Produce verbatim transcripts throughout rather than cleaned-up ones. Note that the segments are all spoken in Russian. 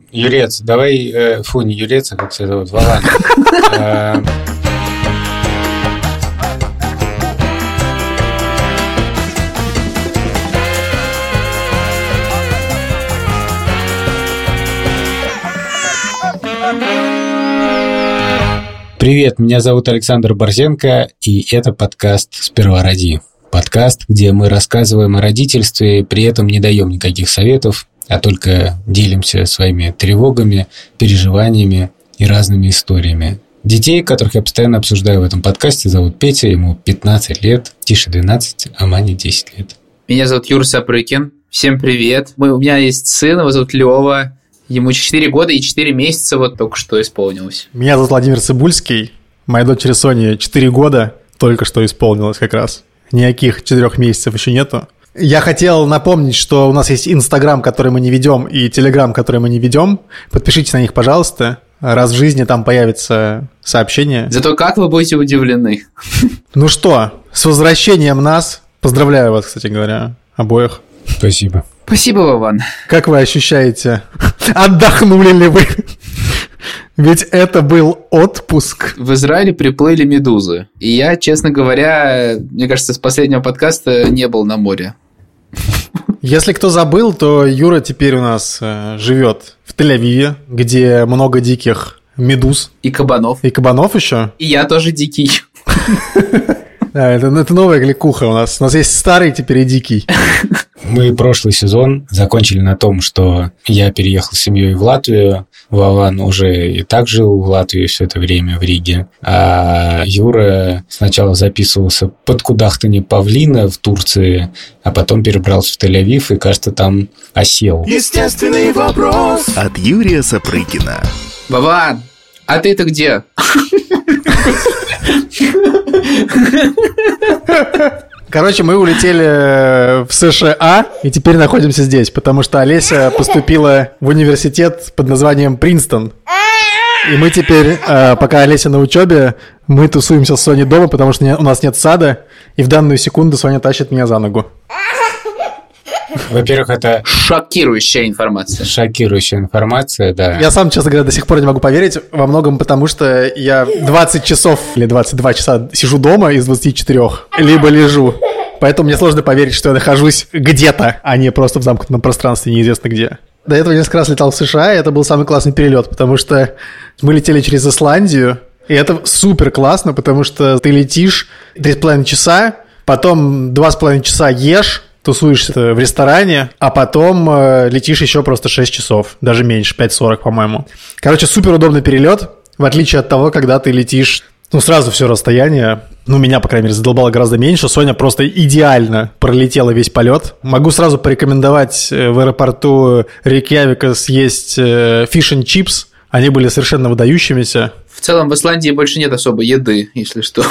Юрец, давай, э, фу, не Юрец, а как тебя зовут, Вован. Привет, меня зовут Александр Борзенко, и это подкаст «Сперва роди». Подкаст, где мы рассказываем о родительстве, при этом не даем никаких советов, а только делимся своими тревогами, переживаниями и разными историями. Детей, которых я постоянно обсуждаю в этом подкасте, зовут Петя, ему пятнадцать лет, Тише двенадцать, а Мане десять лет. Меня зовут Юра Сапрыкин. Всем привет. Мы, у меня есть сын, его зовут Лёва. Ему четыре года и четыре месяца вот только что исполнилось. Меня зовут Владимир Цыбульский. Моей дочери Соне четыре года только что исполнилось как раз. Никаких четырех месяцев еще нету. Я хотел напомнить, что у нас есть Инстаграм, который мы не ведем, и Телеграм, который мы не ведем. Подпишитесь на них, пожалуйста. Раз в жизни там появится сообщение. Зато как вы будете удивлены. Ну что, с возвращением нас. Поздравляю вас, кстати говоря, обоих. Спасибо. Спасибо, Вован. Как вы ощущаете? Отдохнули ли вы? Ведь это был отпуск. В Израиле приплыли медузы. И я, честно говоря, мне кажется, с последнего подкаста не был на море. Если кто забыл, то Юра теперь у нас э, живет в Тель-Авиве, где много диких медуз. И кабанов. И кабанов еще. И я тоже дикий. Да, это, это новая кликуха у нас. У нас есть старый, теперь и дикий. Мы прошлый сезон закончили на том, что я переехал с семьей в Латвию. Вован уже и так жил в Латвии все это время, в Риге. А Юра сначала записывался под кудахтанье павлина в Турции, а потом перебрался в Тель-Авив и, кажется, там осел. Естественный вопрос от Юрия Сапрыкина. Вован, а ты-то где? Короче, мы улетели в США и теперь находимся здесь, потому что Олеся поступила в университет под названием Принстон. И мы теперь, пока Олеся на учебе, мы тусуемся с Соней дома, потому что у нас нет сада, и в данную секунду Соня тащит меня за ногу. Во-первых, это... Шокирующая информация. Шокирующая информация, да. Я сам, честно говоря, до сих пор не могу поверить, во многом потому, что я двадцать часов или двадцать два часа сижу дома из двадцати четырёх, либо лежу. Поэтому мне сложно поверить, что я нахожусь где-то, а не просто в замкнутом пространстве неизвестно где. До этого я несколько раз летал в США, и это был самый классный перелет, потому что мы летели через Исландию, и это супер классно, потому что ты летишь три с половиной часа, потом два с половиной часа ешь, тусуешься в ресторане, а потом э, летишь еще просто шесть часов, даже меньше, пять сорок, по-моему. Короче, супер удобный перелет, в отличие от того, когда ты летишь, ну, сразу все расстояние, ну, меня, по крайней мере, задолбало гораздо меньше. Соня просто идеально пролетела весь полет. Могу сразу порекомендовать в аэропорту Рейкьявика съесть фиш энд чипс. Они были совершенно выдающимися. В целом в Исландии больше нет особо еды, если что.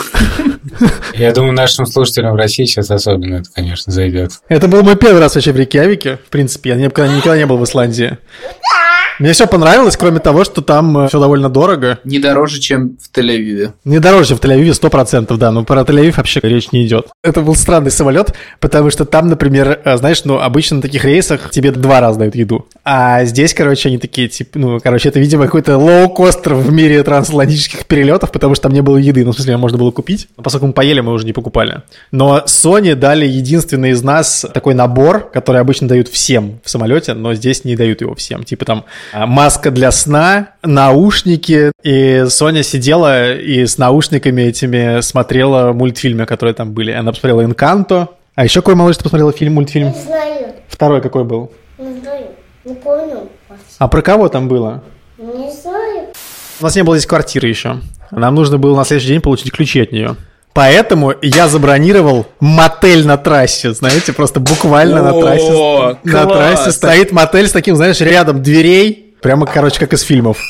Я думаю, нашим слушателям в России сейчас особенно это, конечно, зайдет. Это был мой первый раз вообще в Рейкьявике. В принципе, я никогда, никогда не был в Исландии. Мне все понравилось, кроме того, что там все довольно дорого. Не дороже, чем в Тель-Авиве. Не дороже, чем в Тель-Авиве, сто процентов, да. Но про Тель-Авив вообще речь не идет. Это был странный самолет, потому что там, например, знаешь, ну, обычно на таких рейсах тебе два раза дают еду. А здесь, короче, они такие, типа, ну, короче, это, видимо, какой-то лоу-костер в мире трансатлантических перелетов, потому что там не было еды. Ну, в смысле, можно было купить. Но поскольку мы поели, мы уже не покупали. Но Sony дали единственный из нас такой набор, который обычно дают всем в самолете, но здесь не дают его всем. Типа там маска для сна, наушники. И Соня сидела и с наушниками этими смотрела мультфильмы, которые там были. Она посмотрела «Энканто». А еще какой малыш ты посмотрела фильм, мультфильм? Не знаю. Второй какой был? Не знаю. Не помню. А про кого там было? Не знаю. У нас не было здесь квартиры еще. Нам нужно было на следующий день получить ключи от нее. Поэтому я забронировал мотель на трассе, знаете, просто буквально на трассе. На трассе стоит мотель с таким, знаешь, рядом дверей. Прямо, короче, как из фильмов.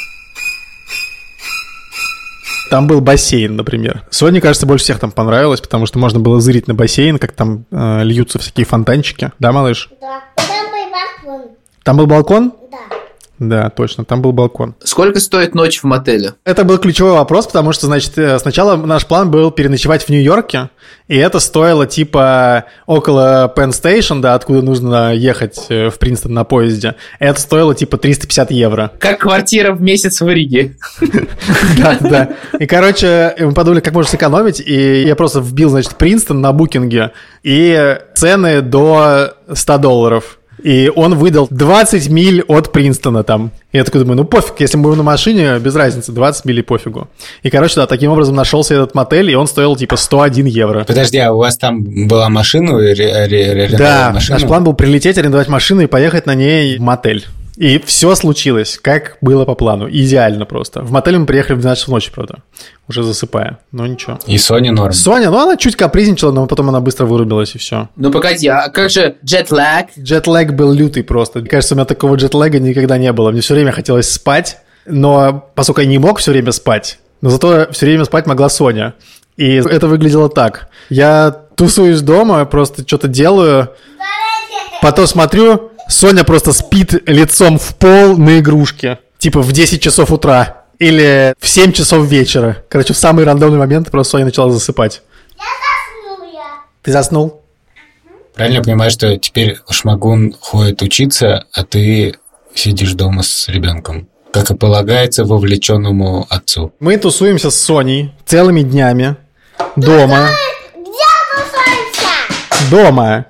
Там был бассейн, например. Соне, кажется, больше всех там понравилось, потому что можно было зырить на бассейн, как там э, льются всякие фонтанчики. Да, малыш? Да. Там был балкон. Там был балкон? Да. Да, точно, там был балкон. Сколько стоит ночь в мотеле? Это был ключевой вопрос, потому что, значит, сначала наш план был переночевать в Нью-Йорке, и это стоило типа около Penn Station, да, откуда нужно ехать в Принстон на поезде. Это стоило типа триста пятьдесят евро. Как квартира в месяц в Риге. Да, да. И, короче, мы подумали, как можно сэкономить, и я просто вбил, значит, Принстон на букинге, и цены до ста долларов. И он выдал двадцать миль от Принстона там. И я такой думаю, ну пофиг, если мы будем на машине, без разницы, двадцать миль и пофигу. И, короче, да, таким образом нашелся этот мотель, и он стоил типа сто один евро. Подожди, а у вас там была машина? Ре- ре- ре- Да, машину? наш план был прилететь, арендовать машину и поехать на ней в мотель. И все случилось, как было по плану. Идеально просто. В мотель мы приехали в двенадцать часов ночи, правда. Уже засыпая. Но ничего. И Соня норм. Соня, ну она чуть капризничала, но потом она быстро вырубилась, и все. Ну погоди, а как же джетлаг? Джетлэг был лютый просто. Мне кажется, у меня такого джетлэга никогда не было. Мне все время хотелось спать, но поскольку я не мог все время спать, но зато все время спать могла Соня. И это выглядело так. Я тусуюсь дома, просто что-то делаю, потом смотрю... Соня просто спит лицом в пол на игрушке. Типа в десять часов утра. Или в семь часов вечера. Короче, в самый рандомный момент просто Соня начала засыпать. Я заснул я. Ты заснул? Правильно я понимаю, что теперь Шмагун ходит учиться, а ты сидишь дома с ребенком, как и полагается вовлеченному отцу. Мы тусуемся с Соней целыми днями. Дома. Где тусуемся? Дома.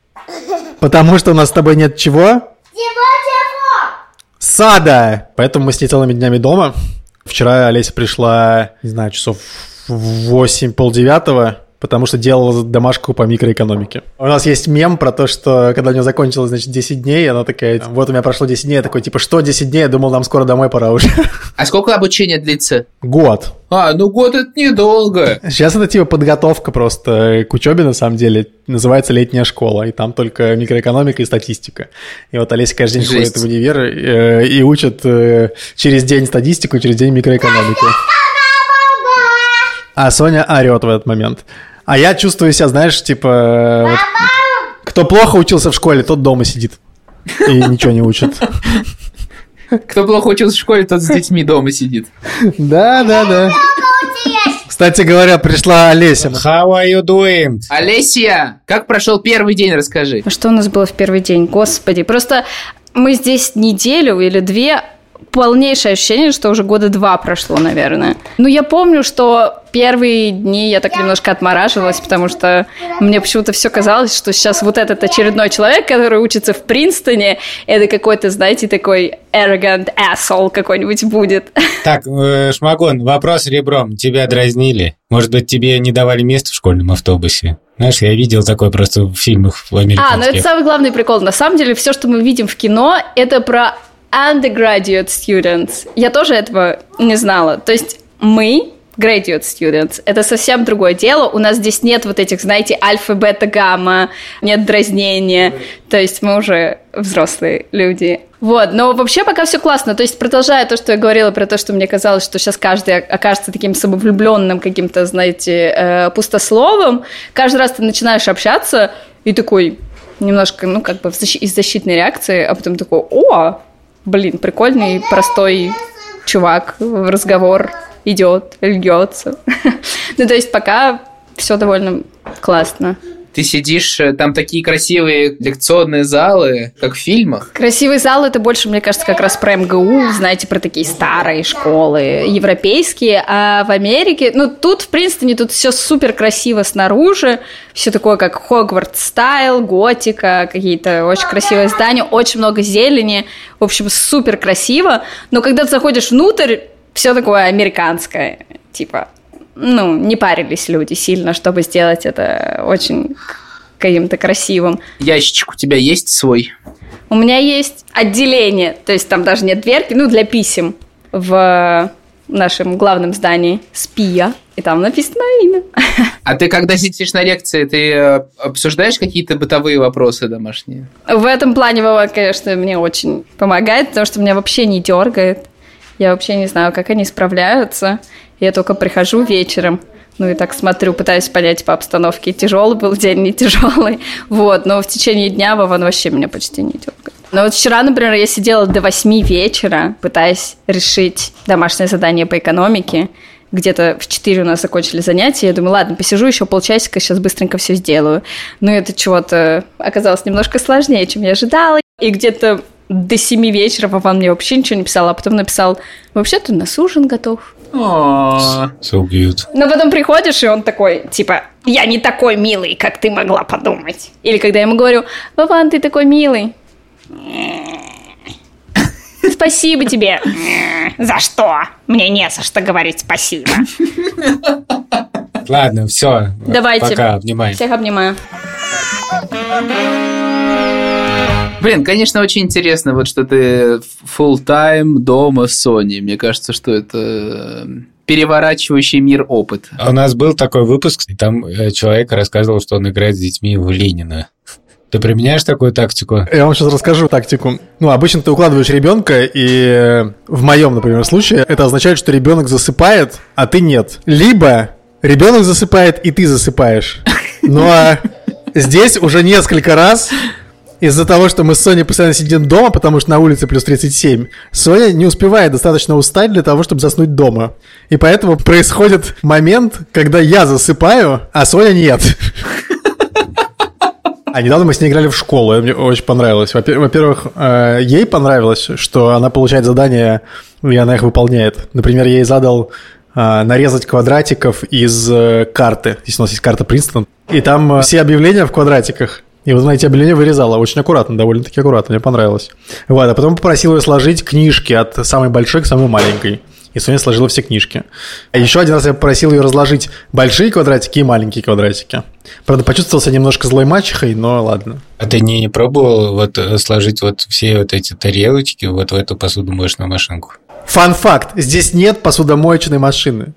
Потому что у нас с тобой нет чего? Чего-чего? Сада. Поэтому мы с ней целыми днями дома. Вчера Олеся пришла, не знаю, часов в восемь, полдевятого, потому что делала домашку по микроэкономике. У нас есть мем про то, что когда у нее закончилось, значит, десять дней, она такая, вот у меня прошло десять дней, я такой, типа, что десять дней? Я думал, нам скоро домой пора уже. А сколько обучения длится? Год. А, ну год это недолго. Сейчас это типа подготовка просто к учебе, на самом деле. Называется летняя школа, и там только микроэкономика и статистика. И вот Олеся каждый день Жесть. ходит в универ э, и учит э, через день статистику, через день микроэкономику. А Соня орет в этот момент. А я чувствую себя, знаешь, типа... Вот, кто плохо учился в школе, тот дома сидит и ничего не учит. Кто плохо учился в школе, тот с детьми дома сидит. Да, да, да. Кстати говоря, пришла Олеся. How are you doing? Олеся, как прошел первый день, расскажи. Что у нас было в первый день? Господи, просто мы здесь неделю или две, полнейшее ощущение, что уже года два прошло, наверное. Ну, я помню, что первые дни я так немножко отмораживалась, потому что мне почему-то все казалось, что сейчас вот этот очередной человек, который учится в Принстоне, это какой-то, знаете, такой arrogant asshole какой-нибудь будет. Так, э, Шмагун, вопрос ребром. Тебя дразнили? Может быть, тебе не давали место в школьном автобусе? Знаешь, я видел такое просто в фильмах в американских. А, ну это самый главный прикол. На самом деле, все, что мы видим в кино, это про undergraduate students. Я тоже этого не знала. То есть мы, graduate students, это совсем другое дело. У нас здесь нет вот этих, знаете, альфа, бета, гамма, нет дразнения. То есть мы уже взрослые люди. Вот, но вообще пока все классно. То есть, продолжая то, что я говорила про то, что мне казалось, что сейчас каждый окажется таким самовлюбленным каким-то, знаете, э, пустословом, каждый раз ты начинаешь общаться и такой немножко, ну, как бы из защитной реакции, а потом такой, о, блин, прикольный, простой чувак, в разговор идет, льется. Ну, то есть, пока все довольно классно. Ты сидишь, там такие красивые лекционные залы, как в фильмах. Красивый зал – это больше, мне кажется, как раз про эм гэ у, знаете, про такие старые школы, европейские. А в Америке, ну, тут, в Принстоне, тут все супер красиво снаружи, все такое, как Хогвартс-стайл, готика, какие-то очень красивые здания, очень много зелени, в общем, супер красиво. Но когда ты заходишь внутрь, все такое американское, типа... Ну, не парились люди сильно, чтобы сделать это очень каким-то красивым. Ящичек у тебя есть свой? У меня есть отделение, то есть там даже нет дверки, ну, для писем в нашем главном здании СПИА, и там написано имя. А ты, когда сидишь на лекции, ты обсуждаешь какие-то бытовые вопросы домашние? В этом плане Вова, конечно, мне очень помогает, потому что меня вообще не дергает. Я вообще не знаю, как они справляются. Я только прихожу вечером, ну и так смотрю, пытаюсь понять по обстановке, тяжелый был день, не тяжелый. Вот, но в течение дня Вован вообще меня почти не дергает. Но вот вчера, например, я сидела до восьми вечера, пытаясь решить домашнее задание по экономике. Где-то в четыре у нас закончили занятия. Я думаю, ладно, посижу еще полчасика, сейчас быстренько все сделаю. Но это чего-то оказалось немножко сложнее, чем я ожидала. И где-то до семи вечера Вован мне вообще ничего не писал, а потом написал: вообще-то у нас ужин готов. So cute. Но потом приходишь, и он такой, типа, я не такой милый, как ты могла подумать. Или когда я ему говорю: Вован, ты такой милый. Спасибо тебе. За что? Мне не за что говорить спасибо. Ладно, все. Давайте. Пока, обнимаем. Всех обнимаю. Блин, конечно, очень интересно, вот что ты full-time дома в Sony. Мне кажется, что это переворачивающий мир опыт. У нас был такой выпуск, и там человек рассказывал, что он играет с детьми в Ленина. Ты применяешь такую тактику? Я вам сейчас расскажу тактику. Ну, обычно ты укладываешь ребенка, и в моем, например, случае это означает, что ребенок засыпает, а ты нет. Либо ребенок засыпает, и ты засыпаешь. Ну а здесь уже несколько раз из-за того, что мы с Соней постоянно сидим дома, потому что на улице плюс тридцать семь, Соня не успевает достаточно устать для того, чтобы заснуть дома. И поэтому происходит момент, когда я засыпаю, а Соня нет. А недавно мы с ней играли в школу, и мне очень понравилось. Во-первых, ей понравилось, что она получает задания, и она их выполняет. Например, я ей задал нарезать квадратиков из карты. Здесь у нас есть карта Принстон. И там все объявления в квадратиках. И вот она эти объявления вырезала очень аккуратно, довольно-таки аккуратно, мне понравилось. Вот, а потом попросил ее сложить книжки от самой большой к самой маленькой. И Соня сложила все книжки. А еще один раз я попросил ее разложить большие квадратики и маленькие квадратики. Правда, почувствовал себя немножко злой мачехой, но ладно. А ты не, не пробовал вот сложить вот все вот эти тарелочки вот в эту посудомоечную машинку? Фан-факт. Здесь нет посудомоечной машины.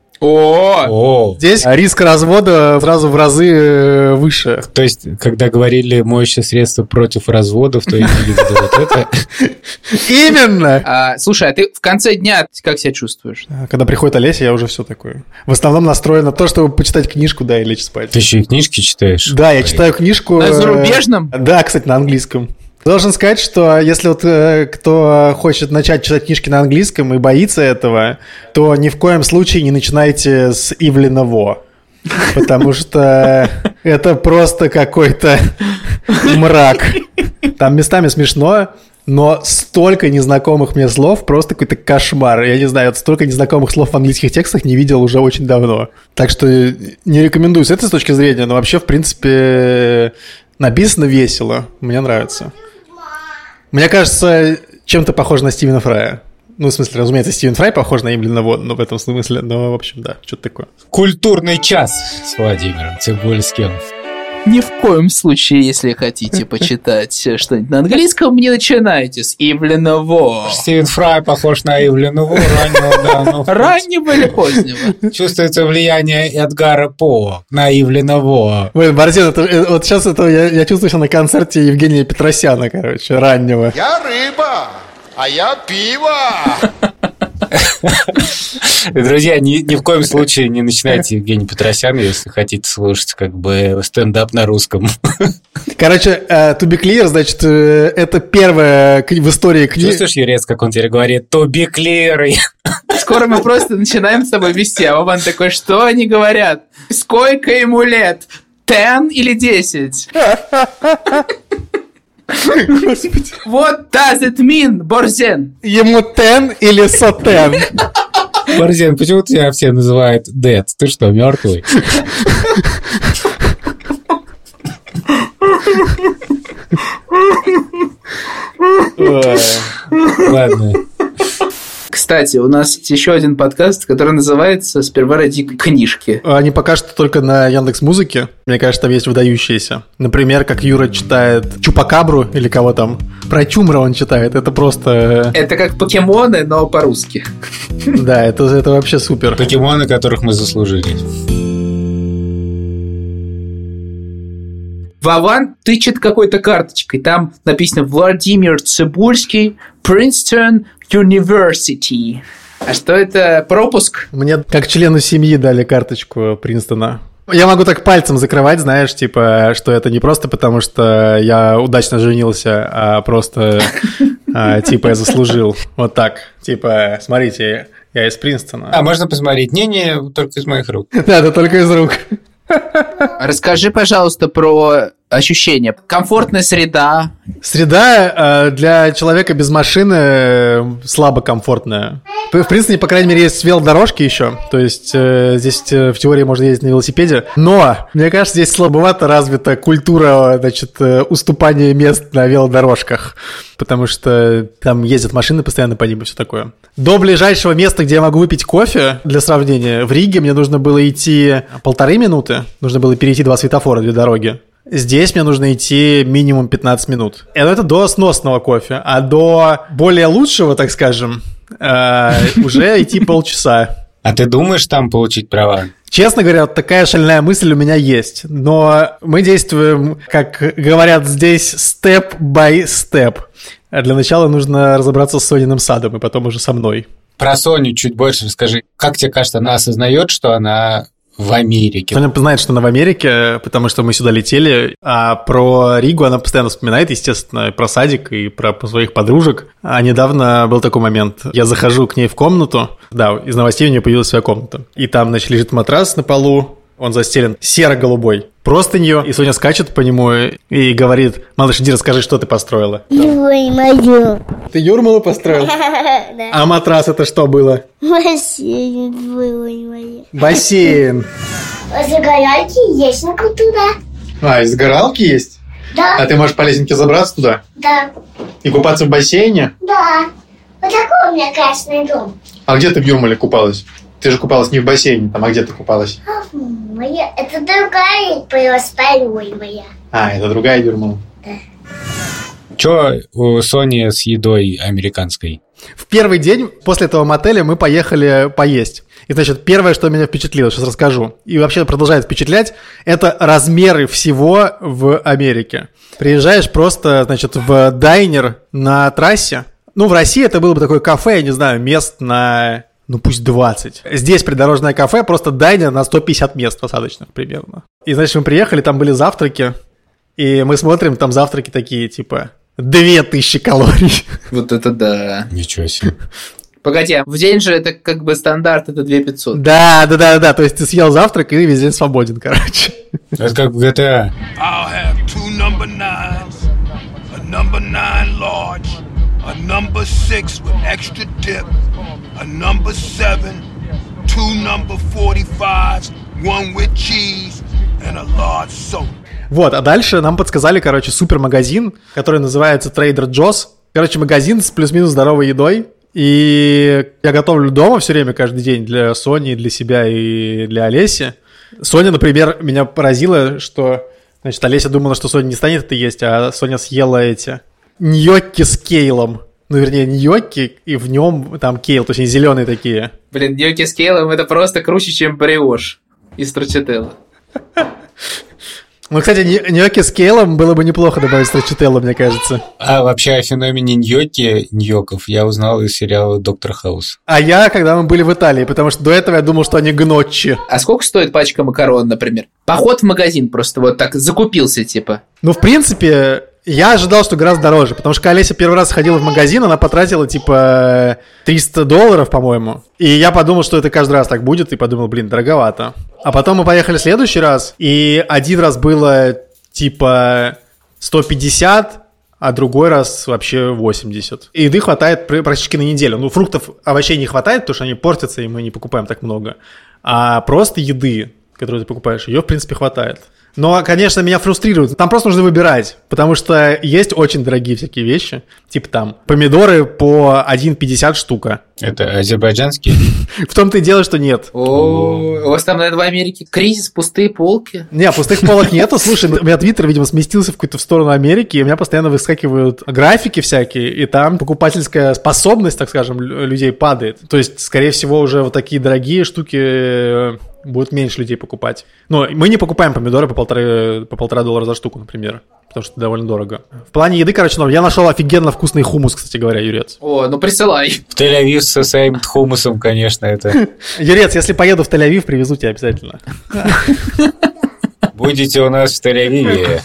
О! О! Здесь риск развода сразу в разы выше. То есть, когда говорили моющее средство против разводов, то имели в виду вот это? Именно! А, слушай, а ты в конце дня как себя чувствуешь? Когда приходит Олеся, я уже все такое. В основном настроен на то, чтобы почитать книжку, да, и лечь спать. Ты еще и книжки читаешь? Да, я читаю книжку... На зарубежном? Да, кстати, на английском. Должен сказать, что если вот э, кто хочет начать читать книжки на английском и боится этого, то ни в коем случае не начинайте с Ивлина Во. Потому что это просто какой-то мрак. Там местами смешно, но столько незнакомых мне слов, просто какой-то кошмар. Я не знаю, столько незнакомых слов в английских текстах не видел уже очень давно. Так что не рекомендую с этой точки зрения, но вообще, в принципе, написано весело. Мне нравится. Мне кажется, чем-то похож на Стивена Фрая. Ну, в смысле, разумеется, Стивен Фрай похож на Ивлина Во, но в этом смысле, но, в общем, да, что-то такое. Культурный час с Владимиром Цибульским. Ни в коем случае, если хотите почитать что-нибудь на английском, не начинайте с Ивлина Во. Стивен Фрай похож на Ивлина Во, раннего, да. Но раннего или позднего? Чувствуется влияние Эдгара По на Ивлина Во. Блин, Борзин, это, вот сейчас это я, я чувствую себя на концерте Евгения Петросяна, короче, раннего. Я рыба, а я пиво. Друзья, ни, ни в коем случае не начинайте Евгений Петросян, если хотите слушать как бы стендап на русском. Короче, uh, to be clear, значит, uh, это первая в истории книга. Чувствуешь, Юрец, как он тебе говорит? To be clear. Скоро мы просто начинаем с тобой вести, а Вован такой: что они говорят? Сколько ему лет? Ten или десять? Господи. What does it mean, Борзен? Ему тен или сотен? Борзен, почему тебя все называют Дэд? Ты что, мертвый? Ладно. Кстати, у нас есть еще один подкаст, который называется «Сперва ради книжки». Они пока что только на Яндекс.Музыке. Мне кажется, там есть выдающиеся. Например, как Юра читает Чупакабру или кого там. Про Чумра он читает. Это просто... Это как покемоны, но по-русски. Да, это, это вообще супер. Покемоны, которых мы заслужили. Вован тычет какой-то карточкой. Там написано «Владимир Цибульский, Принстон University». А что это? Пропуск? Мне как члену семьи дали карточку Принстона. Я могу так пальцем закрывать, знаешь, типа, что это не просто потому, что я удачно женился, а просто, а, типа, я заслужил. Вот так. Типа, смотрите, я из Принстона. А можно посмотреть? Не-не, только из моих рук. Да, это только из рук. Расскажи, пожалуйста, про ощущения. Комфортная среда. Среда э, для человека без машины э, слабо комфортная. В принципе, по крайней мере, есть велодорожки еще. То есть э, здесь э, в теории можно ездить на велосипеде. Но, мне кажется, здесь слабовато развита культура, значит, э, уступания мест на велодорожках. Потому что там ездят машины постоянно по ним и все такое. До ближайшего места, где я могу выпить кофе, для сравнения, в Риге мне нужно было идти полторы минуты. Нужно было перейти два светофора, две дороги. Здесь мне нужно идти минимум пятнадцать минут. И это до сносного кофе. А до более лучшего, так скажем, уже идти полчаса. А ты думаешь там получить права? Честно говоря, вот такая шальная мысль у меня есть. Но мы действуем, как говорят здесь, step by step. Для начала нужно разобраться с Сониным садом, и потом уже со мной. Про Соню чуть больше расскажи. Как тебе кажется, она осознает, что она в Америке? Соня знает, что она в Америке, потому что мы сюда летели. А про Ригу она постоянно вспоминает, естественно, про садик и про своих подружек. А недавно был такой момент. Я захожу к ней в комнату. Да, из новостей у нее появилась своя комната. И там, значит, лежит матрас на полу. Он застелен серо-голубой простынью, и Соня скачет по нему и говорит: «Малыш, иди расскажи, что ты построила». Ой, мою. Ты Юрмалу построил? Да. А матрас это что было? Бассейн был, ой, моя. Бассейн. Загорялки есть на туда. А, из горалки есть? Да. А ты можешь по лесенке забраться туда? Да. И купаться в бассейне? Да. Вот такой у меня красный дом. А где ты в Юрмале купалась? Ты же купалась не в бассейне, там, а где ты купалась? А, моя, это другая просто, ой, моя. А, это другая Юрмала. Да. Чё у Сони с едой американской? В первый день после этого мотеля мы поехали поесть. И, значит, первое, что меня впечатлило, сейчас расскажу, и вообще продолжает впечатлять, это размеры всего в Америке. Приезжаешь просто, значит, в дайнер на трассе. Ну, в России это было бы такое кафе, я не знаю, мест на... Ну, пусть двадцать. Здесь придорожное кафе, просто дайнер на сто пятьдесят мест посадочных примерно. И, значит, мы приехали, там были завтраки, и мы смотрим, там завтраки такие, типа, две тысячи калорий. Вот это да. Ничего себе. Погоди, а в день же это как бы стандарт, это две тысячи пятьсот. Да, да, да, да, то есть ты съел завтрак и весь день свободен, короче. Это как в джи ти эй. I'll have two number nines, a number nine large, a number six with extra dip, a number seven, two number forty-fives, one with cheese, and a large soda. Вот, а дальше нам подсказали, короче, супермагазин, который называется Trader Joe's. Короче, магазин с плюс-минус здоровой едой. И я готовлю дома все время, каждый день для Сони, для себя и для Олеси. Соня, например, меня поразило, что... Значит, Олеся думала, что Соня не станет это есть, а Соня съела эти ньокки с кейлом. Ну, вернее, ньокки, и в нем там кейл, то есть они зеленые такие. Блин, ньокки с кейлом это просто круче, чем бриош из строчителла. Ну, кстати, ньокки с кейлом было бы неплохо добавить строчителло, мне кажется. А вообще о феномене ньокки, ньоков, я узнал из сериала «Доктор Хаус». А я, когда мы были в Италии, потому что до этого я думал, что они гночи. А сколько стоит пачка макарон, например? Поход в магазин просто вот так закупился, типа. Ну, в принципе... Я ожидал, что гораздо дороже, потому что когда Олеся первый раз ходила в магазин, она потратила, типа, триста долларов, по-моему. И я подумал, что это каждый раз так будет, и подумал, блин, дороговато. А потом мы поехали в следующий раз, и один раз было, типа, сто пятьдесят, а другой раз вообще восемьдесят. И еды хватает практически на неделю. Ну, фруктов, овощей не хватает, потому что они портятся, и мы не покупаем так много. А просто еды, которую ты покупаешь, ее, в принципе, хватает. Но, конечно, меня фрустрирует. Там просто нужно выбирать, потому что есть очень дорогие всякие вещи. Типа там помидоры по один пятьдесят штука. Это азербайджанские? В том-то и дело, что нет. О, у вас там, наверное, в Америке кризис, пустые полки? Не, пустых полок нету. Слушай, у меня Твиттер, видимо, сместился в какую-то в сторону Америки, и у меня постоянно выскакивают графики всякие, и там покупательская способность, так скажем, людей падает. То есть, скорее всего, уже вот такие дорогие штуки будут меньше людей покупать. Но мы не покупаем помидоры по полтора полторы, по полтора доллара за штуку, например. Потому что это довольно дорого. В плане еды, короче, я нашел офигенно вкусный хумус, кстати говоря, Юрец. О, ну присылай. В Тель-Авив со своим хумусом, конечно, это... Юрец, если поеду в Тель-Авив, привезу тебя обязательно. Будете у нас в Тель-Авиве.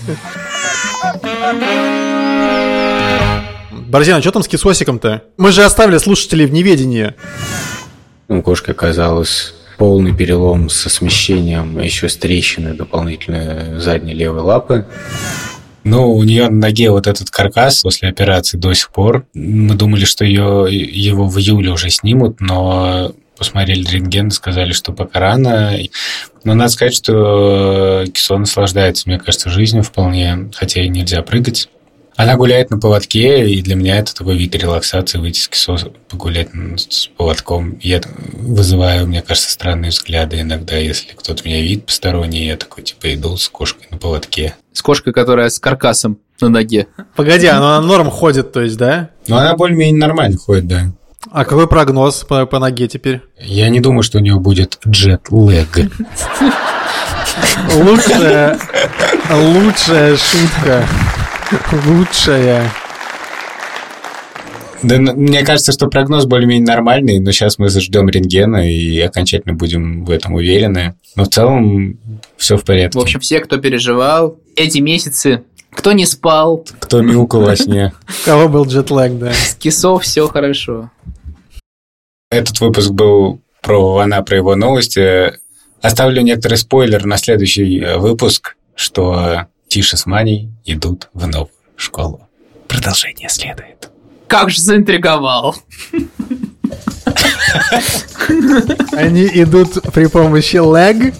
Борзина, что там с кисосиком-то? Мы же оставили слушателей в неведении. У кошки оказалось полный перелом со смещением, еще с трещиной дополнительной задней левой лапы. Ну, у нее на ноге вот этот каркас после операции до сих пор. Мы думали, что ее, его в июле уже снимут, но посмотрели рентген, сказали, что пока рано. Но надо сказать, что кисо наслаждается, мне кажется, жизнью вполне, хотя и нельзя прыгать. Она гуляет на поводке, и для меня это такой вид релаксации, выйти с кисо, погулять с поводком. Я вызываю, мне кажется, странные взгляды иногда, если кто-то меня видит посторонний, я такой, типа, иду с кошкой на поводке. С кошкой, которая с каркасом на ноге. Погоди, она на норм ходит, то есть, да? Ну, она более-менее нормально ходит, да. А какой прогноз по, по ноге теперь? Я не думаю, что у нее будет джет-лэг. Лучшая, лучшая шутка. Лучшая. Да, мне кажется, что прогноз более-менее нормальный, но сейчас мы ждем рентгена и окончательно будем в этом уверены. Но в целом все в порядке. В общем, все, кто переживал эти месяцы, кто не спал, кто мяукал во сне, у кого был джетлэг, да. с кисо все хорошо. Этот выпуск был про Вана, про его новости. Оставлю некоторый спойлер на следующий выпуск, что Тиша с Маней идут в новую школу. Продолжение следует. Как же заинтриговал. Они идут при помощи лэг.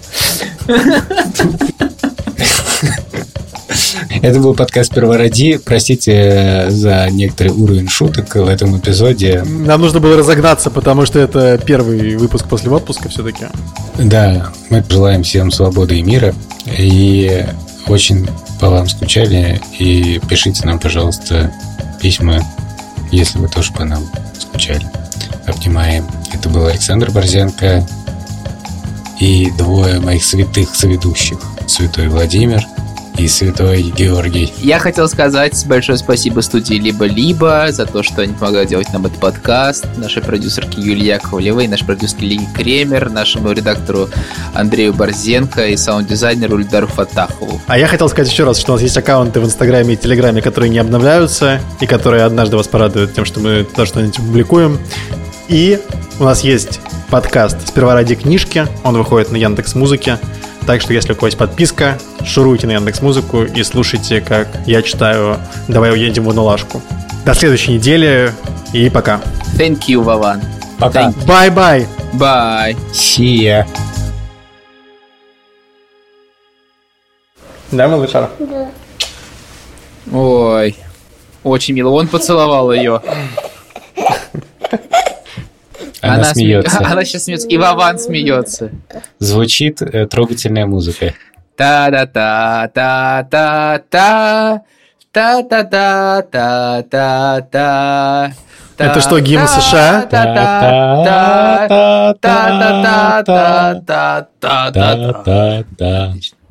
Это был подкаст «Первороди». Простите за некоторый уровень шуток в этом эпизоде. Нам нужно было разогнаться, потому что это первый выпуск после отпуска все-таки. Да, мы желаем всем свободы и мира. И очень по вам скучали. И пишите нам, пожалуйста, письма, если вы тоже по нам скучали. Обнимаем. Это был Александр Борзенко и двое моих святых соведущих. Святой Владимир и святой Георгий. Я хотел сказать большое спасибо студии «Либо-либо» за то, что они помогают делать нам этот подкаст, нашей продюсерке Юлии Яковлевой, нашей продюсерке Лиге Кремер, нашему редактору Андрею Борзенко и саунд-дизайнеру Ильдару Фатахову. А я хотел сказать еще раз, что у нас есть аккаунты в Инстаграме и Телеграме, которые не обновляются и которые однажды вас порадуют тем, что мы туда что-нибудь публикуем. И у нас есть подкаст «Сперва ради книжки», он выходит на Яндекс.Музыке. Так что, если у кого есть подписка, шуруйте на Яндекс.Музыку и слушайте, как я читаю «Давай уедем в Унылашку». До следующей недели и пока. Thank you, Вован. Пока. Bye-bye. Bye. See ya. Да, малышара? Да. Ой, очень мило. Он поцеловал ее. Она, она смеется. Сме... Она сейчас смеется. И Вован смеется. Звучит э, трогательная музыка. Та-да-та-та-та-та. Та-та-та-та-та-та. Это что, гимн США? Та-та-та-та-та-та-та-та-та-та.